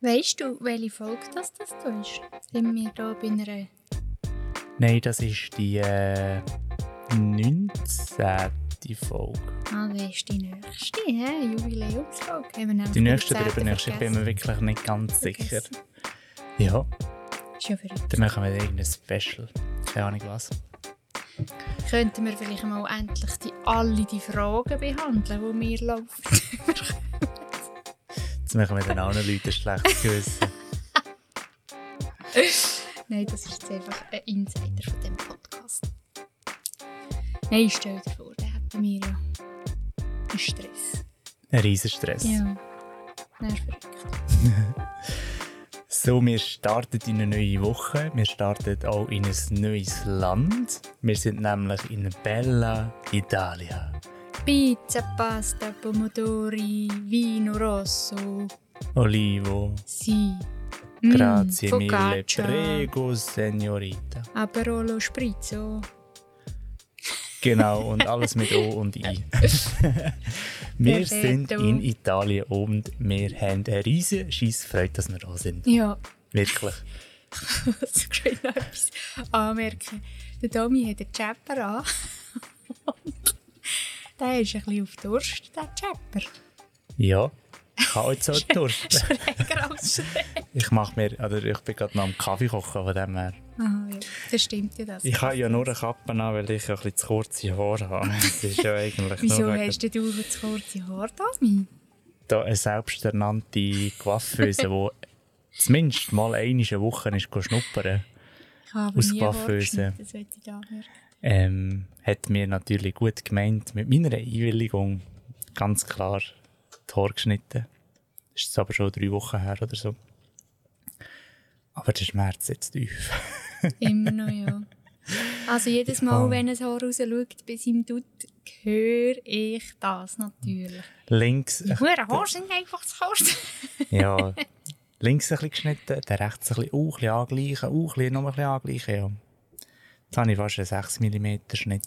Weißt du, welche Folge das ist? Sind wir da bei einer... Nein, das ist die 19. Folge. Ah, das ist die nächste, Jubiläumsfolge. Die nächste oder übernächste, ich bin mir wirklich nicht ganz sicher. Ja. Ist ja verrückt. Dann machen wir irgendein Special. Keine Ahnung was. Könnten wir vielleicht mal endlich alle die Fragen behandeln, die mir laufen? Jetzt machen wir den anderen Leuten ein schlechtes Gewissen. Nein, das ist jetzt einfach ein Insider von diesem Podcast. Nein, stell dir vor, der hat bei mir ja einen Stress. Ein riesen Stress. Ja, das ist verrückt. So, wir starten in eine neue Woche. Wir starten auch in ein neues Land. Wir sind nämlich in Bella Italia. Pizza, pasta, pomodori, vino rosso. Olivo. Sì. Grazie mille. Focaccia. Prego, Signorita. Aperolo spritzo. Genau, und alles mit O und I. Wir sind in Italien und wir haben eine riesige Scheissfreude, dass wir da sind. Ja. Wirklich. Ich muss noch etwas anmerken. Der Domi hat einen Chapper an. Und der ist ein bisschen auf Durst, der Chapper. Ja, ich habe jetzt auch Durst. Schräger als schräg. Ich bin gerade noch am Kaffee kochen, von dem her. Ah, ja. Das stimmt ja das. Ich habe ja nur eine Kappe an, weil ich ein bisschen zu kurze Haare habe. Das ist ja eigentlich Wieso nur hast du zu kurze Haare, Domi? da eine selbsternannte Coiffeuse, die zumindest mal einmal eine Woche ist schnuppern. Ich habe Aus nie Coiffeuse. Haare geschnitten, das möchte ich da merken. Hat mir natürlich gut gemeint, mit meiner Einwilligung ganz klar die Haare geschnitten. Das ist jetzt aber schon 3 Wochen her oder so. Aber der Schmerz sitzt tief. Immer noch, ja. Also jedes Mal, wenn ein Haar rausschaut bei seinem Dutt, höre ich das natürlich. Links... Die Haare sind einfach zu kurz. Ja, links ein bisschen geschnitten, der rechts ein bisschen, ein bisschen angleichen, noch ein bisschen angleichen, ja. Jetzt habe ich fast einen 6 mm Schnitt.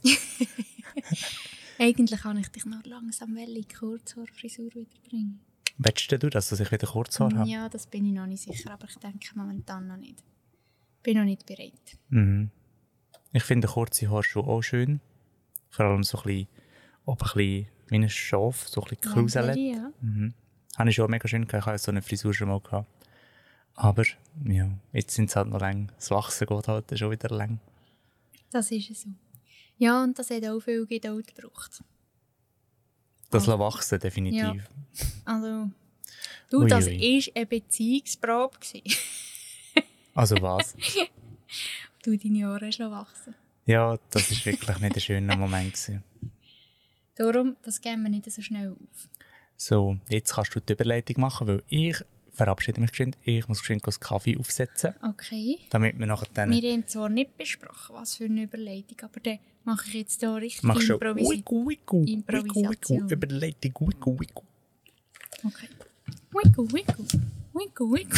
Eigentlich kann ich dich noch langsam in die Kurzhaarfrisur wiederbringen. Willst du, dass ich wieder Kurzhaar habe? Ja, das bin ich noch nicht sicher, aber ich denke momentan noch nicht. Bin noch nicht bereit. Mhm. Ich finde kurze Haare schon auch schön. Vor allem so ein bisschen, ein bisschen wie ein Schaf, so ein bisschen gekruselt. Ja. Mhm. Habe ich schon mega schön gehabt. Ich habe so eine Frisur schon mal gehabt. Aber ja, jetzt sind es halt noch lang. Das Wachsen geht halt schon wieder lang. Das ist es so. Ja, und das hat auch viel Geduld gebraucht. Das Wachsen definitiv. Ja. Also, du, das war eine Beziehungsprobe. Also was? Du deine Haare hast wachsen. Ja, das war wirklich nicht ein schöner Moment gewesen. Darum, das geben wir nicht so schnell auf. So, jetzt kannst du die Überleitung machen, weil ich verabschiede mich geschwind. Ich muss geschwind den Kaffee aufsetzen. Okay. Damit wir nachher dann... Wir haben zwar nicht besprochen, was für eine Überleitung, aber dann mache ich jetzt hier richtig Improvisation. Überleitung. Okay. Wiku.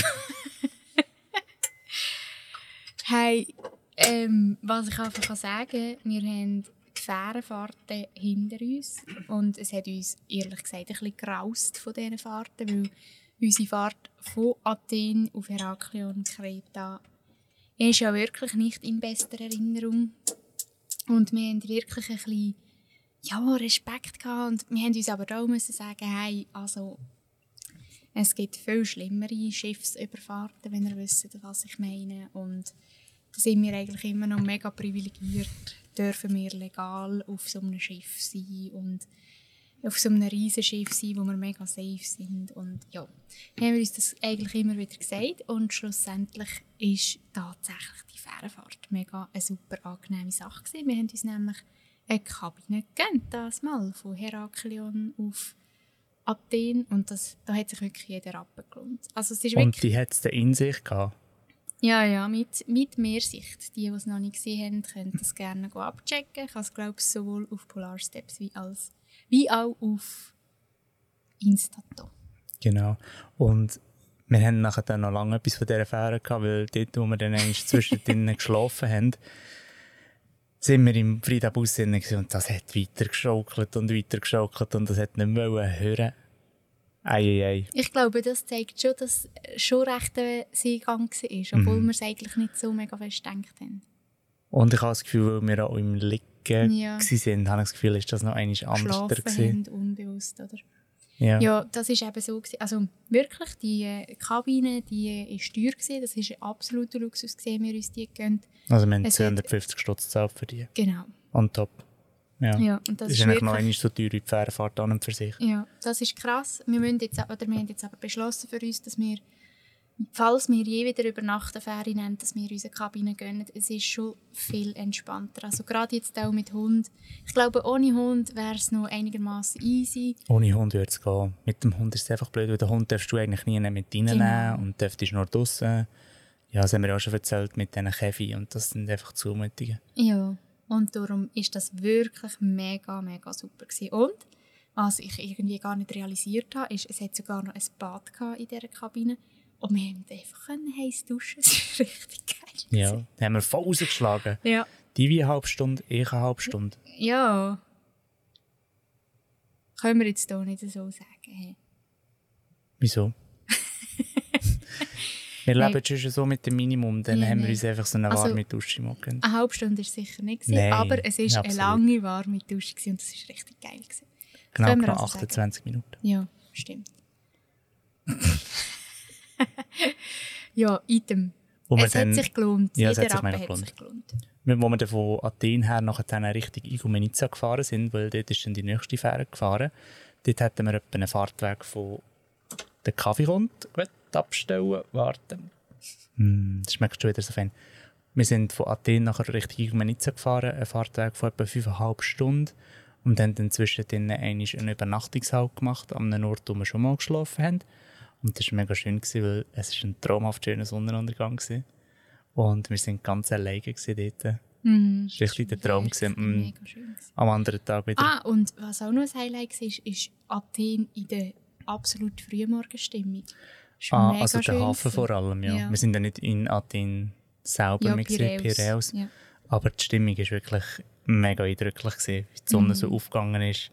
Hey, was ich einfach sagen kann, wir haben die Fährenfahrten hinter uns und es hat uns ehrlich gesagt ein bisschen geraust von diesen Fahrten, weil unsere Fahrt von Athen auf Heraklion, Kreta, ist ja wirklich nicht in bester Erinnerung. Und wir haben wirklich ein bisschen Respekt gehabt. Und wir haben uns aber auch müssen sagen, hey, also, es gibt viel schlimmere Schiffsüberfahrten, wenn ihr wisst, was ich meine. Und da sind wir eigentlich immer noch mega privilegiert, dürfen wir legal auf so einem Schiff sein und auf so einem riesen Schiff sein, wo wir mega safe sind. Und ja, haben wir uns das eigentlich immer wieder gesagt. Und schlussendlich ist tatsächlich die Fährenfahrt mega eine super angenehme Sache gewesen. Wir haben uns nämlich eine Kabine gegönnt, das mal, von Heraklion auf Athen. Und da hat sich wirklich jeder abgelohnt. Also es ist Und wirklich, die hat es in sich gehabt? Ja, mit Mehrsicht. Die es noch nicht gesehen haben, können das gerne abchecken. Ich habe es, glaube ich, sowohl auf Polar Steps wie auch auf Instato. Genau. Und wir haben nachher dann noch lange etwas von dieser Fähre gehabt, weil dort, wo wir dann eigentlich zwischendrin geschlafen haben, sind wir im Frieda-Bus drin und das hat weitergeschaukelt und das hat nicht mehr hören. Ei. Ich glaube, das zeigt schon, dass es schon recht ein Seegang war, obwohl wir es eigentlich nicht so mega fest gedacht haben. Und ich habe das Gefühl, weil wir auch im Liegen Ja. waren, habe ich das Gefühl, ist das noch einmal anders Geschlafen haben, unbewusst, oder? Ja. Ja, das war eben so. Also wirklich, die Kabine, die war teuer gewesen. Das war ein absoluter Luxus, gewesen, wir uns die gegönnt. Also wir haben 250 Stutz gezahlt für die. Genau. On top. Ja. Und das ist eigentlich noch einmal so teuer wie die Fährenfahrt an und für sich. Ja, das ist krass. Wir haben jetzt aber beschlossen für uns, dass wir, falls wir je wieder über Nacht eine Fähre nehmen, dass wir unsere Kabine gönnen. Es ist schon viel entspannter. Also gerade jetzt auch mit Hund. Ich glaube, ohne Hund wäre es noch einigermaßen easy. Ohne Hund würde es gehen. Mit dem Hund ist es einfach blöd, weil den Hund darfst du eigentlich nie mit reinnehmen und dürftest nur draussen. Ja, das haben wir ja auch schon erzählt mit diesen Käfi und das sind einfach Zumutungen. Ja, und darum ist das wirklich mega, mega super gewesen. Und was ich irgendwie gar nicht realisiert habe, ist, es hat sogar noch ein Bad in dieser Kabine. Und wir haben einfach heiß duschen. Das ist richtig geil. Ja, dann haben wir voll rausgeschlagen. Ja. Die wie eine halbe Stunde, ich eine halbe Stunde. Ja. Können wir jetzt hier nicht so sagen. Hey. Wieso? Wir leben schon so mit dem Minimum, dann haben wir uns einfach so eine warme Dusche gegeben. Eine halbe Stunde war es sicher nicht, Nein, aber es war eine lange warme Dusche und das war richtig geil. Genau 28 Minuten. Ja, stimmt. Ja, item. Es hat sich gelohnt. Ja, Jeder Rappen hat sich gelohnt. Wo wir dann von Athen her nachher Richtung Igoumenitsa gefahren sind, weil dort ist dann die nächste Fähre gefahren. Dort hatten wir etwa einen Fahrtweg von der Kaffee kommt. Gut, abstellen, warten. Das schmeckt schon wieder so fein. Wir sind von Athen nachher Richtung Igoumenitsa gefahren, einen Fahrtweg von etwa 5,5 Stunden. Und haben dann zwischendrin eine Übernachtungshalt gemacht, an einem Ort, wo wir schon mal geschlafen haben. Und das war mega schön, weil es ein traumhaft schöner Sonnenuntergang war. Und wir waren ganz alleine dort. Das war richtig der Traum. Mega schön. Am anderen Tag wieder. Und was auch noch ein Highlight war, ist Athen in der absolut frühen Morgenstimmung. Also der Hafen vor allem, ja. Wir sind ja nicht in Athen selber, Piräus. Ja. Aber die Stimmung war wirklich mega eindrücklich, wie die Sonne so aufgegangen ist.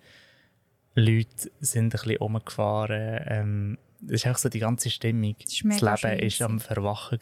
Leute sind ein bisschen rumgefahren. Das ist auch so die ganze Stimmung. Das Leben war am Verwachen.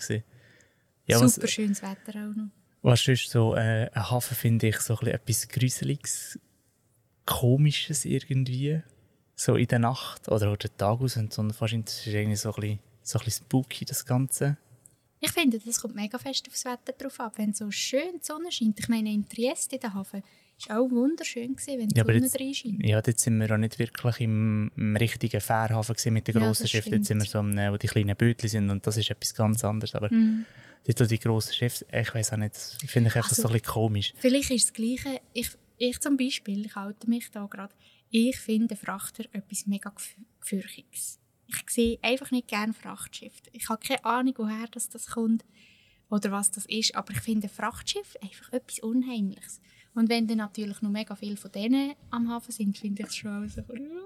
Ja, super schönes Wetter auch noch. Was ist so ein Hafen, finde ich, so etwas Gruseliges, Komisches irgendwie. So in der Nacht oder auch den Tag aus. Und das ist irgendwie so ein bisschen spooky, das Ganze. Ich finde, das kommt mega fest aufs Wetter drauf ab. Wenn so schön die Sonne scheint. Ich meine, in Trieste, der Hafen, war auch wunderschön, wenn die Sonne drin scheint. Ja, dort sind wir auch nicht wirklich im richtigen Fährhafen mit den grossen Schiffen. Dort sind wir so, wo die kleinen Bötchen sind und das ist etwas ganz anderes. Aber dort, wo die grossen Schiffe, ich weiss auch nicht, finde ich einfach so ein bisschen komisch. Vielleicht ist das Gleiche. Ich zum Beispiel, ich halte mich da gerade, ich finde Frachter etwas mega Gefürchiges. Ich sehe einfach nicht gerne Frachtschiffe. Ich habe keine Ahnung, woher das kommt oder was das ist, aber ich finde Frachtschiff einfach etwas Unheimliches. Und wenn dann natürlich noch mega viele von denen am Hafen sind, finde ich es schon so.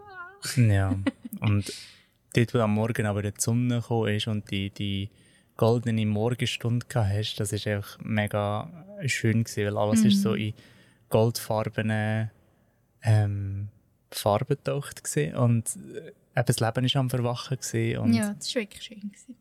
Ja, und dort, wo am Morgen aber die Sonne gekommen ist und die goldene Morgenstunde hast, das war einfach mega schön gewesen, weil alles ist so in goldfarbenen Farben getaucht gewesen. Und das Leben war am Verwachen gewesen. Und ja, das war wirklich schön gewesen.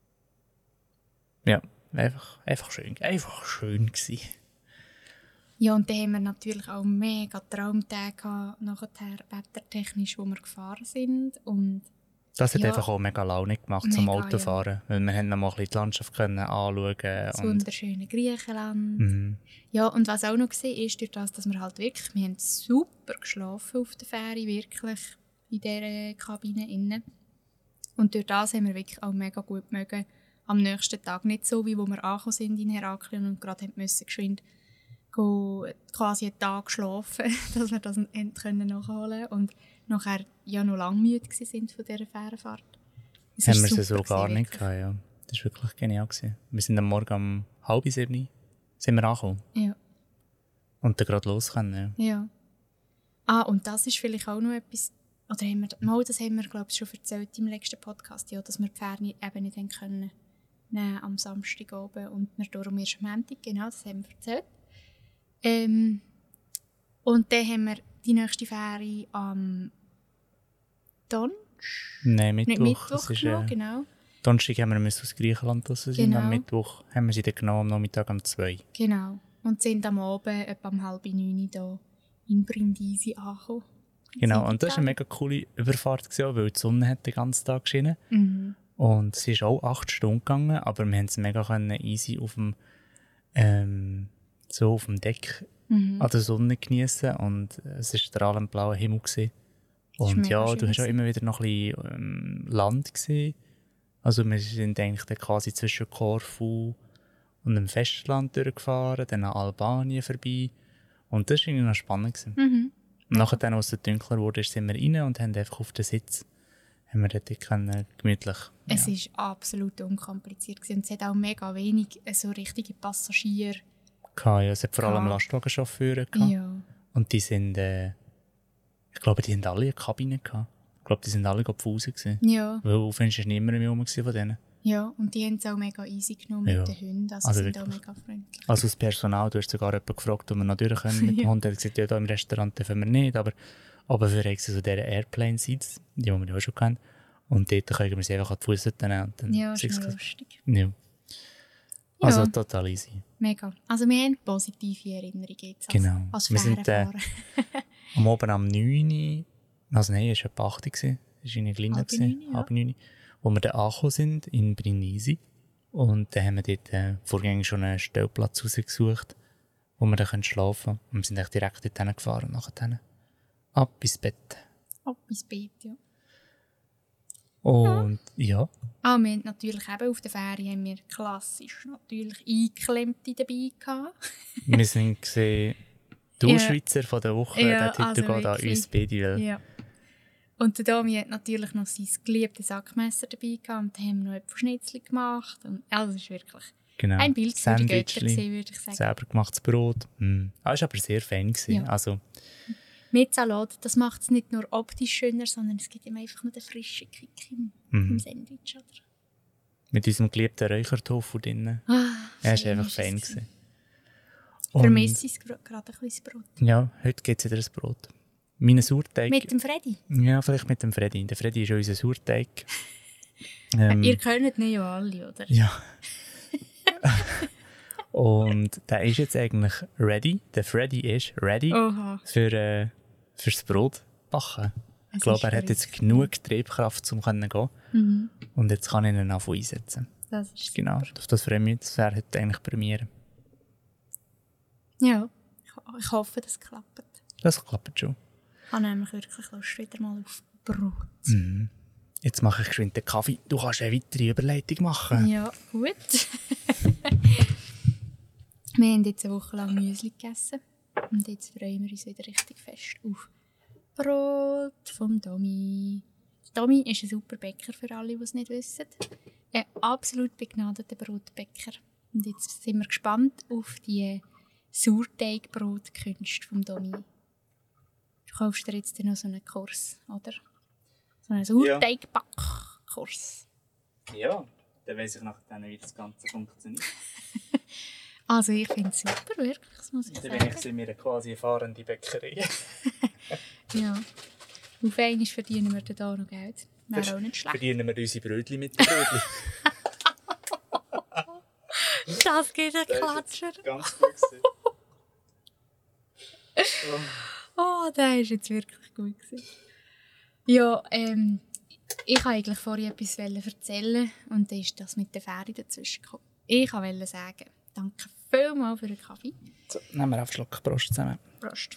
Ja, einfach schön. Einfach schön gewesen. Ja, und dann haben wir natürlich auch mega Traumtage nachher, wettertechnisch, wo wir gefahren sind. Und das hat einfach auch mega Laune gemacht zum Autofahren. Ja. Weil wir haben noch mal ein bisschen die Landschaft können anschauen. Das wunderschöne Griechenland. Ja, und was auch noch war, ist, durch das, dass wir halt wirklich, wir haben super geschlafen auf der Fähre, wirklich in dieser Kabine innen. Und durch das haben wir wirklich auch mega gut mögen. Am nächsten Tag nicht so, wie wo wir angekommen sind in Heraklion und gerade mussten geschwind quasi einen Tag schlafen, dass wir das nachholen können. Und nachher ja noch lang müde sind von dieser Fährenfahrt. Haben wir sie so gar nicht gehabt, ja. Das war wirklich genial. Wir sind am Morgen um 6:30 sind wir angekommen. Ja. Und dann gerade los können, ja. Und das ist vielleicht auch noch etwas, oder das haben wir, glaube ich, schon erzählt im letzten Podcast, ja, dass wir die Fähre eben nicht haben können nehmen am Samstag oben und wir darum erst am Montag, genau, das haben wir erzählt. Und dann haben wir die nächste Fähre am Nein, Nicht Mittwoch. Mittwoch Das ist, genommen, genau. Donnerstag haben wir aus Griechenland raus sein. Genau. Am Mittwoch haben wir sie dann genommen, am Nachmittag um 2. Genau. Und sind am Abend etwa um 8:30 hier in Brindisi angekommen. Genau, und das war eine mega coole Überfahrt, gewesen, weil die Sonne hat den ganzen Tag geschienen. Mhm. Und es ist auch 8 Stunden gegangen, aber wir haben es mega easy auf dem, so auf dem Deck an der Sonne genießen und es war strahlend blauer Himmel gewesen. Und mega ja, schön du hast auch gewesen. immer wieder noch ein bisschen Land gesehen. Also wir sind eigentlich dann quasi zwischen Korfu und dem Festland durchgefahren, dann an Albanien vorbei. Und das war irgendwie noch spannend gewesen. Mhm. Und nachher, als es dunkler wurde, sind wir rein und haben einfach auf den Sitz haben wir dort gemütlich. Es war absolut unkompliziert gewesen. Und es hat auch mega wenig so richtige Passagiere. Ja, es hat vor allem Gehabt. Lastwagenchauffeure gehabt. Ja. Und die sind, ich glaube, die haben alle eine Kabine gehabt. Ich glaube, die sind alle Pfusen gewesen. Ja. Weil auf jeden Fall war niemand mehr rum von denen. Ja, und die haben es auch mega easy genommen Ja. mit den Hunden. Also Also sind auch wirklich. mega freundlich. Also das Personal, du hast sogar jemanden gefragt, ob wir natürlich können mit dem Ja. Hund. Er hat gesagt, ja, da im Restaurant dürfen wir nicht, aber für so diese Airplane-Seats, die wir ja auch schon kennen. Und dort können wir sie einfach an die Füße nehmen. Und dann Ja, ist sechs- noch lustig. Ja. Also Ja. total easy. Mega. Also wir haben positive Erinnerungen jetzt Genau. als Wir sind, Fährenfahrer. Am Abend am 9 Uhr, also nein, es war etwa 8 Uhr, es war eine kleine, Halb 9, ja. halb 9 Uhr, wo wir dann angekommen sind in Brindisi. Und dann haben wir dort vorgängig schon einen Stellplatz rausgesucht, wo wir dann schlafen können. Und wir sind echt direkt dorthin gefahren und nachher ab ins Bett. Ab ins Bett, ja. Und ja, Ah, wir haben natürlich eben auf der Fähre haben wir klassisch natürlich Eingeklemmte dabei gehabt. wir sind gesehen, du Ja. Schweizer von der Woche, Ja, der Titel also geht an wirklich. uns beide. Weil Ja. Und der Domi hat natürlich noch sein geliebtes Sackmesser dabei gehabt und da haben wir noch Äpfelschnitzel gemacht. Und, also es ist wirklich genau, ein Bild für die Götter Sandwichli, gewesen, würde ich sagen. selber gemachtes Brot. Es war aber sehr fein gewesen. Ja. Also, Mit Salat, das macht es nicht nur optisch schöner, sondern es gibt ihm einfach nur den frischen Kick im Sandwich. Oder? mit unserem geliebten Räuchertofu drin. Ah, Er war schön einfach ist es fein gewesen. gewesen. Vermisse ich gerade ein bisschen das Brot. Ja, heute gibt es wieder ein Brot. Mein Sauerteig. Mit dem Freddy. Ja, vielleicht mit dem Freddy. Der Freddy ist ja unser Sauerteig. Ihr kennt ihn ja alle, oder? Ja. Und der ist jetzt eigentlich ready. Der Freddy ist ready Oha. fürs Brot backen. Ich Es glaube, ist er hat jetzt verrückt. genug Triebkraft, um zu gehen. Und jetzt kann ich ihn anfangen einsetzen. Das ist Genau, auf das freue ich mich. Das wäre heute eigentlich Premiere. Ja, ich hoffe, das klappt. Das klappt schon. Ich habe nämlich wirklich Lust wieder mal auf Brot. Jetzt mache ich geschwind den Kaffee. Du kannst eine weitere Überleitung machen. Ja, gut. Wir haben jetzt eine Woche lang Müsli gegessen. Und jetzt freuen wir uns wieder richtig fest auf Brot vom Domi. Domi ist ein super Bäcker für alle, die es nicht wissen. Ein absolut begnadeter Brotbäcker. Und jetzt sind wir gespannt auf die Sauerteigbrotkünste vom Domi. Du kaufst dir jetzt noch so einen Kurs, oder? So einen Sauerteigbackkurs. Ja, dann weiss ich nachher, wie das Ganze funktioniert. Also ich finde es super, wirklich, das muss ich Dann sagen. bin ich sind wir quasi eine fahrende Bäckerei. Ja. Auf einmal verdienen wir da noch Geld. Wäre auch nicht schlecht. Verdienen wir unsere Brötchen mit den Brötchen. Das geht ein Klatscher. Ganz gut gewesen. Oh, der war jetzt wirklich gut gewesen. Ja, ich wollte eigentlich vorhin etwas erzählen und dann ist das mit der Fähre dazwischen gekommen. Ich wollte sagen, danke vielmals für den Kaffee. So, nehmen wir einen Schluck Prost zusammen. Prost.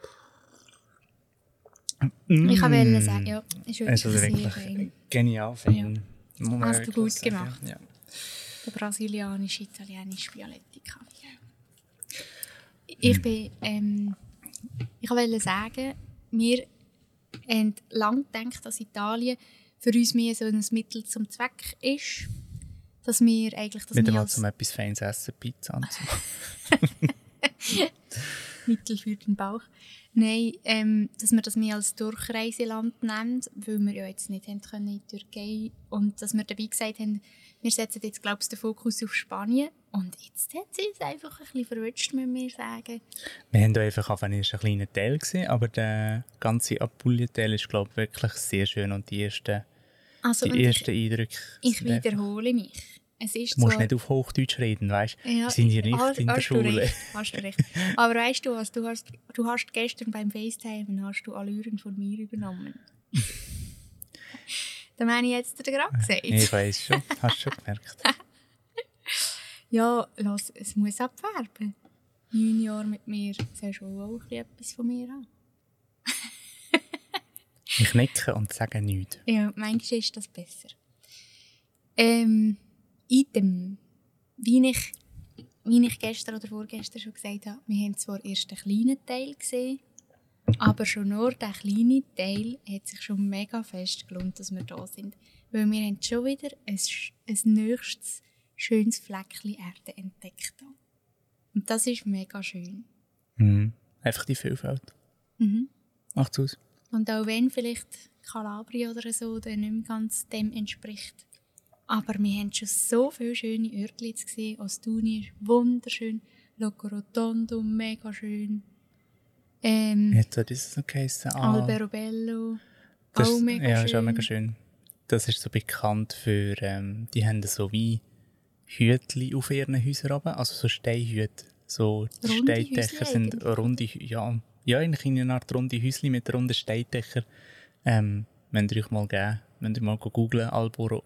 Ich wollte sagen, ja, ist wirklich Also sehr wirklich fein. genial fein. Muss man Hast du wirklich gut sagen. gemacht. Ja. Der brasilianisch-italienische Bialetti-Kaffee. Ich wollte sagen, wir haben lange gedacht, dass Italien für uns mehr so ein Mittel zum Zweck ist. Dass wir eigentlich das Wieder nie mal als zum etwas Feines essen, Pizza und so. Mittel für den Bauch. Nein, dass wir das mehr als Durchreiseland nehmen, weil wir ja jetzt nicht haben können in die Türkei. Und dass wir dabei gesagt haben, wir setzen jetzt, glaube ich, den Fokus auf Spanien. Und jetzt hat sie es einfach ein bisschen verwünscht, müssen wir sagen. Wir haben da einfach auf einen kleinen Teil gesehen, aber der ganze Apulien-Teil ist, glaube ich, wirklich sehr schön. Und die ersten Eindrücke... Ich wiederhole mich. Es ist du musst so, nicht auf Hochdeutsch reden, weißt du? ja, Wir sind hier nicht in der Schule. Hast du recht. Aber weißt du was, du hast gestern beim FaceTime hast du Allüren von mir übernommen. Da meine ich jetzt dir gerade gesagt. Ich weiss schon, hast du schon gemerkt. Ja, los, es muss abwerben. 9 Jahre mit mir, sollst du auch etwas von mir haben. Ich nicke und sage nichts. Ja, manchmal ist das besser. Item. Wie ich gestern oder vorgestern schon gesagt habe, wir haben zwar erst einen kleinen Teil gesehen, aber schon nur dieser kleine Teil hat sich schon mega fest gelohnt, dass wir da sind. Weil wir haben schon wieder ein nächstes schönes Fleckchen Erde entdeckt. Und das ist mega schön. Mhm. Einfach die Vielfalt. Mhm. Macht's aus. Und auch wenn vielleicht Calabria oder so dann nicht mehr ganz dem entspricht. Aber wir haben schon so viele schöne Örtchen gesehen. Ostuni ist wunderschön. Locorotondo, mega schön. Jetzt hat es so geheißen. Alberobello, das auch ist, mega ja, schön. ist auch mega schön. Das ist so bekannt für, die haben so wie Hütchen auf ihren Häusern oben, also so Steinhüte. So die Runde Steindächer Häusli sind eigentlich. runde, ja, eigentlich in einer Art runde Häusli mit runden Steindächern. Wenn ihr euch mal geben, wenn ihr mal googlen, Alberobello.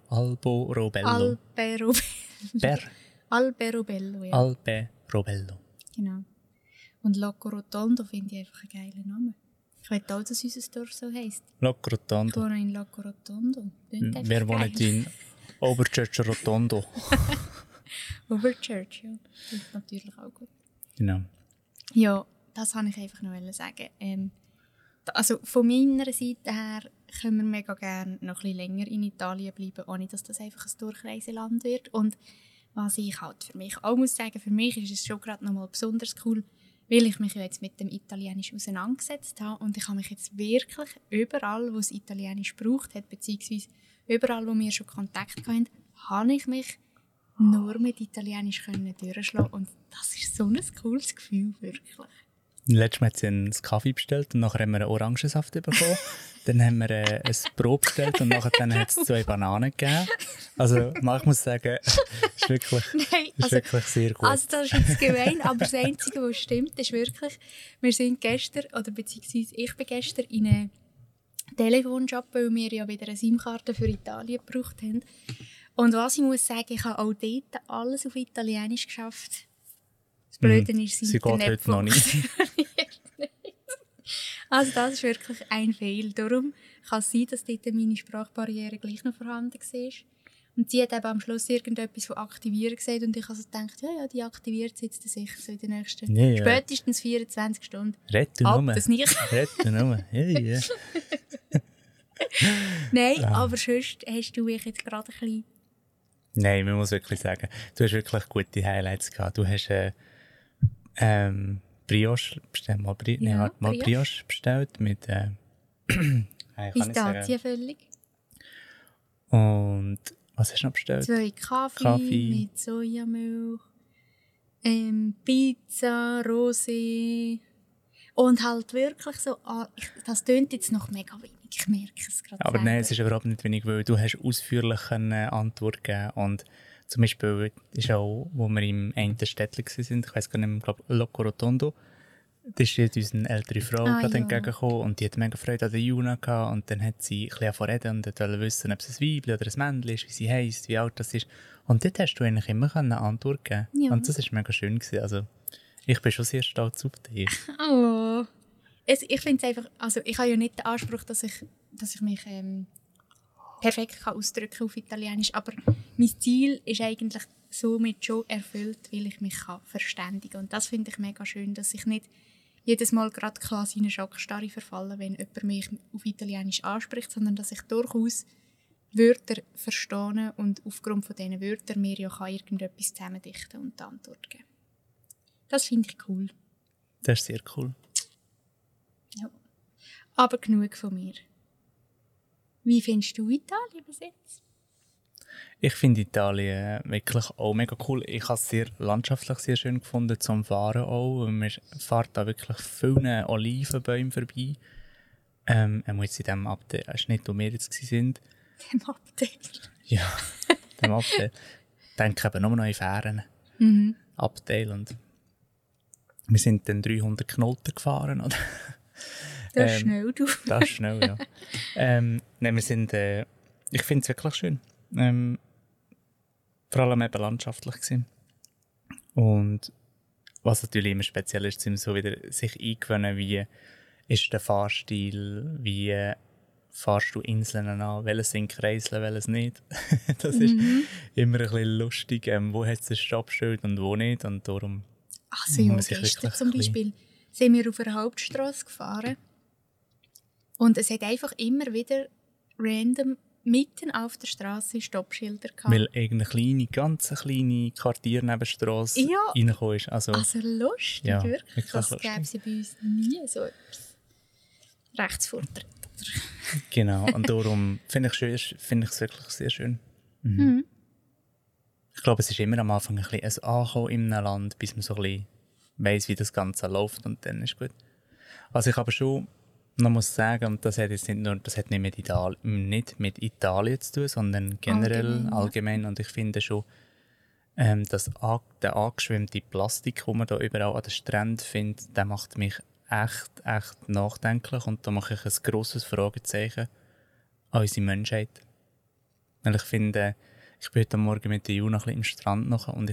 Alberobello, ja. Alberobello. Genau. Und Locorotondo finde ich einfach einen geilen Namen. Ich will auch, dass unser Dorf so heisst. Ich Locorotondo. wohne in Locorotondo. Wir wohnen in Oberchurch Rotondo. Overchurch, ja. Das ist natürlich auch gut. Genau. Ja, das wollte ich einfach noch sagen. Also von meiner Seite her können wir mega gerne noch ein bisschen länger in Italien bleiben, ohne dass das einfach ein Durchreiseland wird. Und was ich halt für mich auch muss sagen, für mich ist es schon gerade noch mal besonders cool, weil ich mich ja jetzt mit dem Italienisch auseinandergesetzt habe und ich habe mich jetzt wirklich überall, wo es Italienisch gebraucht hat, beziehungsweise überall, wo wir schon Kontakt hatten, habe ich mich nur mit Italienisch durchschlagen und das ist so ein cooles Gefühl, wirklich. Letztes Mal hat sie einen Kaffee bestellt und nachher haben wir einen Orangensaft bekommen. Dann haben wir ein Brot bestellt und nachher hat es 2 Bananen gegeben. Also, ich muss sagen, ist wirklich, Nein, ist wirklich sehr gut. Also das ist jetzt gemein, aber das Einzige, was stimmt, ist wirklich, wir sind gestern, oder beziehungsweise ich bin gestern in einen Telefonshop, weil wir ja wieder eine SIM-Karte für Italien gebraucht haben. Und was ich muss sagen, ich habe auch dort alles auf Italienisch geschafft. Das Blöde ist, das Sie geht Internet heute noch nicht. funktioniert nicht. Also das ist wirklich ein Fehl. Darum kann es sein, dass dort meine Sprachbarriere gleich noch vorhanden war. Und sie hat eben am Schluss irgendetwas von aktivieren gesagt und ich habe so gedacht, ja, die aktiviert sie jetzt sicher so in den nächsten spätestens 24 Stunden. Rette nur. Das nicht. Rette nur. Ja. Nein, aber sonst hast du mich jetzt gerade ein bisschen... Nein, man muss wirklich sagen, du hast wirklich gute Highlights gehabt. Du hast Brioche bestellt, Brioche bestellt mit Pistazienvöllig. Und was hast du noch bestellt? 2 Kaffee mit Sojamilch, Pizza, Rosé und halt wirklich so, das tönt jetzt noch mega wenig, ich merke es gerade. Aber nein, es ist überhaupt nicht wenig, weil du hast ausführlich eine Antwort gegeben und zum Beispiel ist auch, wo wir im einen Städtchen waren, ich weiss gar nicht mehr, ich glaube Locorotondo, da ist uns eine ältere Frau gerade entgegengekommen und die hat mega Freude an der Juna gehabt und dann hat sie ein bisschen reden und wollte wissen, ob es ein Weibchen oder ein Männchen ist, wie sie heisst, wie alt das ist. Und dort hast du eigentlich immer eine Antwort geben. Ja. Und das war mega schön gewesen. Also, ich bin schon sehr stolz auf dich. Oh. Ich finde es einfach, also ich habe ja nicht den Anspruch, dass ich mich perfekt ausdrücken auf Italienisch, aber mein Ziel ist eigentlich somit schon erfüllt, weil ich mich verständigen kann. Und das finde ich mega schön, dass ich nicht jedes Mal gerade quasi in eine Schockstarre verfalle, wenn jemand mich auf Italienisch anspricht, sondern dass ich durchaus Wörter verstehe und aufgrund von diesen Wörtern mir ja irgendetwas zusammendichten und die Antwort geben. Das finde ich cool. Das ist sehr cool. Ja. Aber genug von mir. Wie findest du Italien bis jetzt? Ich finde Italien wirklich auch mega cool. Ich habe es sehr landschaftlich sehr schön gefunden zum Fahren auch. Man fährt da wirklich vielen Olivenbäumen vorbei. Jetzt in dem Abschnitt, wo wir jetzt waren. Dem Abteil. Ja, dem Abteil. Ich denke eben nur noch in Fähren. Abteil. Und wir sind dann 300 Knoten gefahren. Oder? Das ist schnell, du. Das ist schnell, ja. Nein, wir sind, ich finde es wirklich schön. Vor allem eben landschaftlich gewesen. Und was natürlich immer speziell ist, sind so wieder sich eingewöhnen, wie ist der Fahrstil, wie fahrst du Inseln an, welches sind Kreisel, welches nicht. Das ist immer ein bisschen lustig, wo hat es ein Stoppschild und wo nicht. Und darum also ja, gestern zum Beispiel sind wir auf einer Hauptstrasse gefahren und es hat einfach immer wieder random mitten auf der Straße Stoppschilder gehabt. Weil irgendeine ganz kleine Quartiernebenstrasse reingekommen ist. Also lustig, ja, wirklich. Das lustig. gäbe es bei uns nie so etwas. Rechtsvortritt. Genau, und darum finde ich es wirklich sehr schön. Mhm. Ich glaube, es ist immer am Anfang ein bisschen ein Ankommen in einem Land, bis man so ein bisschen weiss, wie das Ganze läuft, und dann ist gut. Was ich aber schon noch muss sagen, und das hat jetzt nicht mit Italien zu tun, sondern generell allgemein. Und ich finde schon, dass der angeschwemmte Plastik, den man da überall an den Stränden findet, der macht mich echt nachdenklich, und da mache ich ein grosses Fragezeichen an unsere Menschheit. Weil ich finde, ich bin heute Morgen mit der Juna am Strand noch, und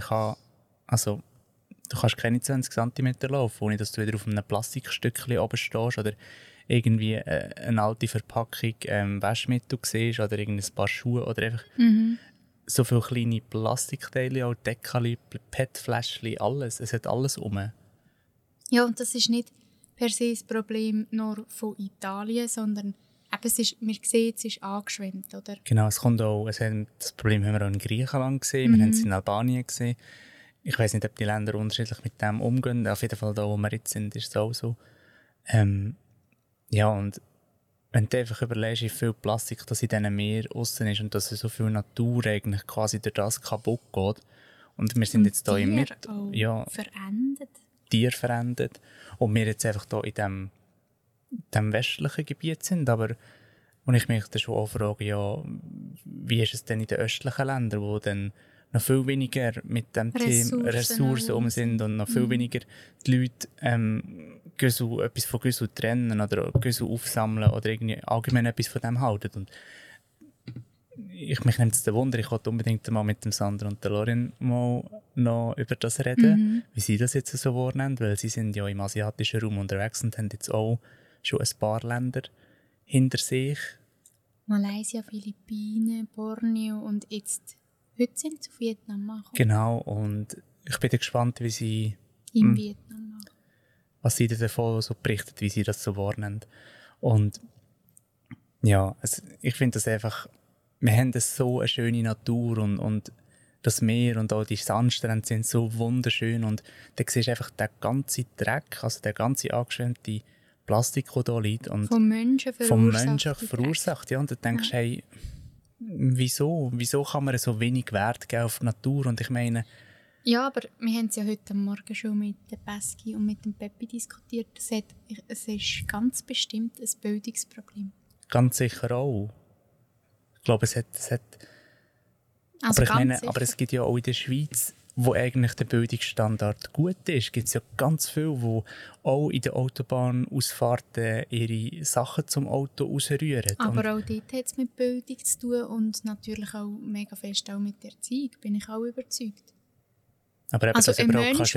du kannst keine 20 cm laufen, ohne dass du wieder auf einem Plastikstückchen oben stehst oder irgendwie eine alte Verpackung Waschmittel siehst oder irgendein paar Schuhe oder einfach so viele kleine Plastikteile, auch Deckerli, PET-Fläschchen, alles. Es hat alles rum. Ja, und das ist nicht per se das Problem nur von Italien, sondern eben, man sieht, es ist angeschwemmt, oder? Genau, das Problem haben wir auch in Griechenland gesehen, wir haben es in Albanien gesehen. Ich weiss nicht, ob die Länder unterschiedlich mit dem umgehen. Auf jeden Fall da, wo wir jetzt sind, ist es auch so. Ja, und wenn du einfach überlegst, wie viel Plastik das in diesen Meer aussen ist und dass so viel Natur eigentlich quasi durch das kaputt geht. Und wir sind jetzt da im verendet. Tier verendet. Und wir jetzt einfach hier in diesem westlichen Gebiet sind. Aber und ich mich dann schon auch frage, ja, wie ist es denn in den östlichen Ländern, wo dann noch viel weniger mit dem Thema Ressourcen sind und noch viel weniger die Leute etwas von Güssel trennen oder Güssel aufsammeln oder irgendwie allgemein etwas von dem halten. Und mich nimmt es Wunder, ich wollte unbedingt mal mit dem Sandra und der Lorin mal noch über das reden, wie sie das jetzt so wahrnehmen, weil sie sind ja im asiatischen Raum unterwegs und haben jetzt auch schon ein paar Länder hinter sich. Malaysia, Philippinen, Borneo und jetzt heute sind sie auf Vietnam machen. Genau, und ich bin gespannt, wie sie in Vietnam machen. Was sie davon so berichtet, wie sie das so wahrnehmen. Und ja, ich finde das einfach, wir haben so eine schöne Natur und das Meer und auch die Sandstrände sind so wunderschön, und da siehst du einfach den ganzen Dreck, also der ganze angeschwemmte Plastik, der da liegt. Und vom Menschen verursacht. Ja, und dann denkst du, hey, wieso kann man so wenig Wert geben auf die Natur? Und ich meine... Ja, aber wir haben es ja heute Morgen schon mit der Pesky und mit dem Peppi diskutiert. Es ist ganz bestimmt ein Bildungsproblem. Ganz sicher auch. Ich glaube, es hat also aber es gibt ja auch in der Schweiz, wo eigentlich der Bildungsstandard gut ist, gibt es ja ganz viele, die auch in der Autobahnausfahrten ihre Sachen zum Auto rausrühren. Aber auch dort hat es mit Bildung zu tun und natürlich auch mega fest auch mit der Erziehung, bin ich auch überzeugt. Aber eben, also ein Mensch,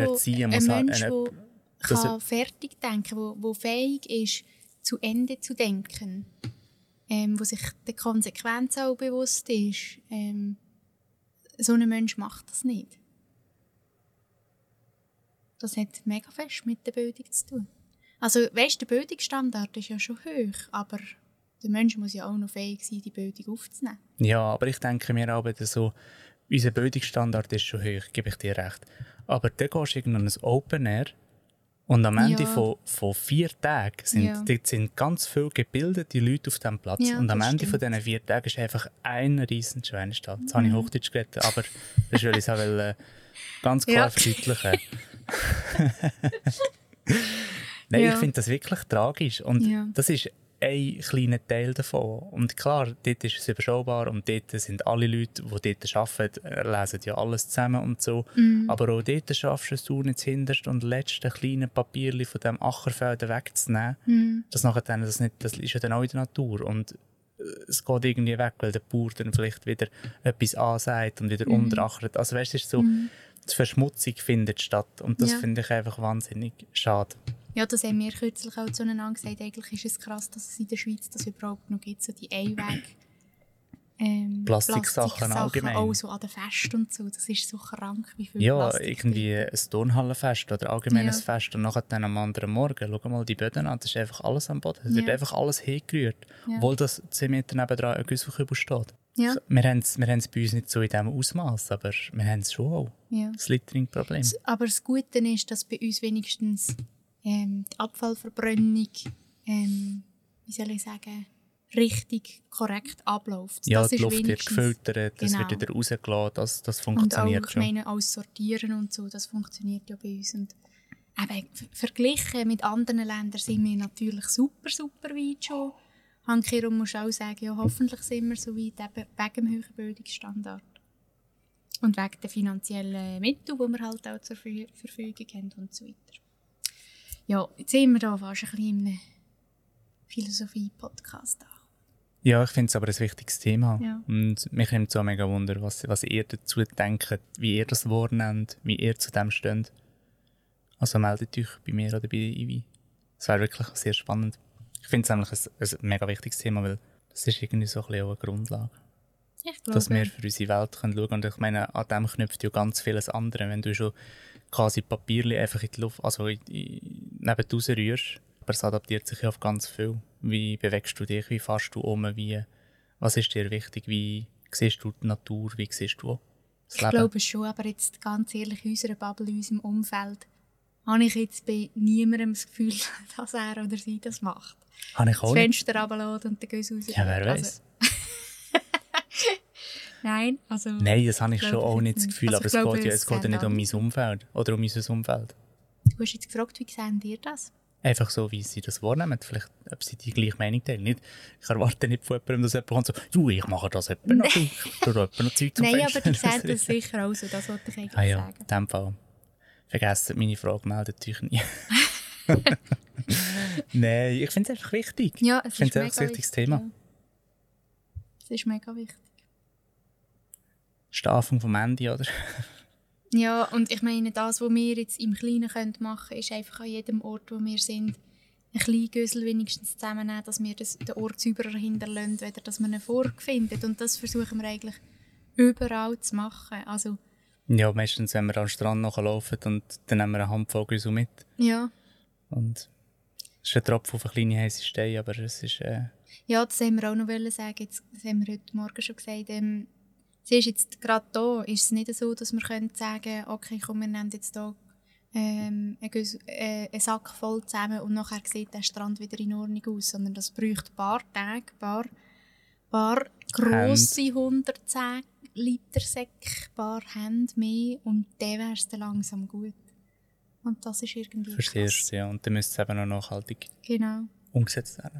der fertig denken, der fähig ist, zu Ende zu denken, der sich der Konsequenz auch bewusst ist, so ein Mensch macht das nicht. Das hat mega fest mit der Bildung zu tun. Also, weißt, der Bildungsstandard ist ja schon hoch, aber der Mensch muss ja auch noch fähig sein, die Bildung aufzunehmen. Ja, aber ich denke mir auch wieder so, unser Bildungsstandard ist schon hoch, gebe ich dir recht. Aber dann gehst du irgendwann ein Open Air Und am Ende Ja. von 4 Tagen sind ganz viele gebildete Leute auf diesem Platz. Ja, und am das Ende von stimmt. diesen 4 Tagen ist einfach ein riesen Schweinestall. Jetzt habe ich Hochdeutsch geredet, aber das will ich auch ganz klar Ja. verdeutlichen. Nein, Ja. ich finde das wirklich tragisch. Und Ja. das ist ein kleiner Teil davon. Und klar, dort ist es überschaubar und dort sind alle Leute, die dort arbeiten, lesen ja alles zusammen und so. Aber auch dort schaffst du es nicht hinterst und letzte kleine Papierchen von diesem Ackerfeld wegzunehmen. Das ist ja dann auch in der Natur. Und es geht irgendwie weg, weil der Bauer dann vielleicht wieder etwas ansagt und wieder unterachert. Also weißt du, es ist so, die Verschmutzung findet statt. Und das Ja. finde ich einfach wahnsinnig schade. Ja, das haben wir kürzlich auch zueinander gesagt. Eigentlich ist es krass, dass es in der Schweiz das überhaupt noch gibt, so die Einweg Plastiksachen allgemein. auch so an den Festen und so. Das ist so krank, wie viel Ja, Plastik irgendwie ein Turnhallenfest oder allgemeines Ja. Fest und nachher dann am anderen Morgen, schau mal die Böden an, das ist einfach alles am Boden. Es wird Ja. einfach alles hingerührt, Ja. obwohl das 10 Meter nebendran ein Güsselkübel steht. Ja. So, wir haben es bei uns nicht so in diesem Ausmaß, aber wir haben es schon auch. Ja. Das Littering-Problem. Aber das Gute ist, dass bei uns wenigstens die Abfallverbrennung, wie soll ich sagen, richtig korrekt abläuft. Ja, das die ist Luft wird wenigstens- gefiltert, das Genau. wird wieder rausgelassen, das Und auch, funktioniert ich schon. meine, alles sortieren und so, das funktioniert ja bei uns. Und eben, verglichen mit anderen Ländern sind wir natürlich super, super weit schon. Handkehrum muss auch sagen, ja, hoffentlich sind wir so weit eben wegen dem höheren Bildungsstandard. Und wegen der finanziellen Mittel, die wir halt auch zur Verfügung haben und so weiter. Ja, jetzt sind wir da fast ein bisschen in einem Philosophie-Podcast da. Ja, ich finde es aber ein wichtiges Thema. Ja. Und mich nimmt so mega Wunder, was ihr dazu denkt, wie ihr das wahrnehmt, wie ihr zu dem steht. Also meldet euch bei mir oder bei Ivi. Das wäre wirklich sehr spannend. Ich finde es nämlich ein mega wichtiges Thema, weil das ist irgendwie so ein bisschen auch eine Grundlage. Ich glaube, Dass wir für unsere Welt schauen können. Und ich meine, an dem knüpft ja ganz vieles andere. Wenn du schon quasi Papierchen einfach in die Luft, also neben raus rührst, aber es adaptiert sich ja auf ganz viel. Wie bewegst du dich, wie fährst du um, was ist dir wichtig, wie siehst du die Natur, wie siehst du das Ich Leben? glaube schon, aber jetzt ganz ehrlich, in unserer Bubble, in unserem Umfeld, habe ich jetzt bei niemandem das Gefühl, dass er oder sie das macht. Habe ich Das auch nicht. Fenster runterlässt und dann gehen sie raus. Ja, wer weiß. Nein, also... Nein, das habe ich schon glaube ich auch jetzt nicht das nicht. Gefühl, Also aber ich glaube, es es geht ja nicht um mein sehen Umfeld oder um unser Umfeld. Du hast jetzt gefragt, wie sehen ihr das? Einfach so, wie sie das wahrnehmen. Vielleicht, ob sie die gleiche Meinung teilen. Nicht, ich erwarte nicht von jemandem, dass jemand kommt so, du, ich mache das etwa noch. Ich tue da etwa noch Zeug zum Nein, Fenster. aber die sehen das sicher auch so, das wollte ich eigentlich Ah ja, sagen. in dem Fall. Vergessen, meine Frage meldet euch nie. Nein, ich finde es einfach wichtig. Ja, es Ich finde ist es einfach mega ein wichtiges wichtig, Thema. ja. Es ist mega wichtig. Das ist der Anfang vom Ende, oder? Ja, und ich meine, das, was wir jetzt im Kleinen machen können, ist einfach an jedem Ort, wo wir sind, ein kleines Gösel wenigstens zusammennehmen, dass wir den Ort sauberer hinterlassen, weder dass wir ihn vorfinden. Und das versuchen wir eigentlich überall zu machen. Also, Ja, meistens, wenn wir am Strand nachlaufen und dann nehmen wir eine Handvoll Güssel mit. ja. Und es ist ein Tropfen auf eine kleine heiße Steine, aber es ist... Ja, das haben wir auch noch sagen. Jetzt, das haben wir heute Morgen schon gesagt. Sie ist jetzt gerade da. Ist es nicht so, dass wir sagen können, okay, komm, wir nehmen jetzt hier einen Sack voll zusammen und nachher sieht der Strand wieder in Ordnung aus. Sondern das braucht ein paar Tage, ein paar grosse 110 Liter Säcke, ein paar Hände mehr und dann wäre es dann langsam gut. Und das ist irgendwie Verstehst du, ja. Und dann müsste es eben auch nachhaltig Genau. umgesetzt werden.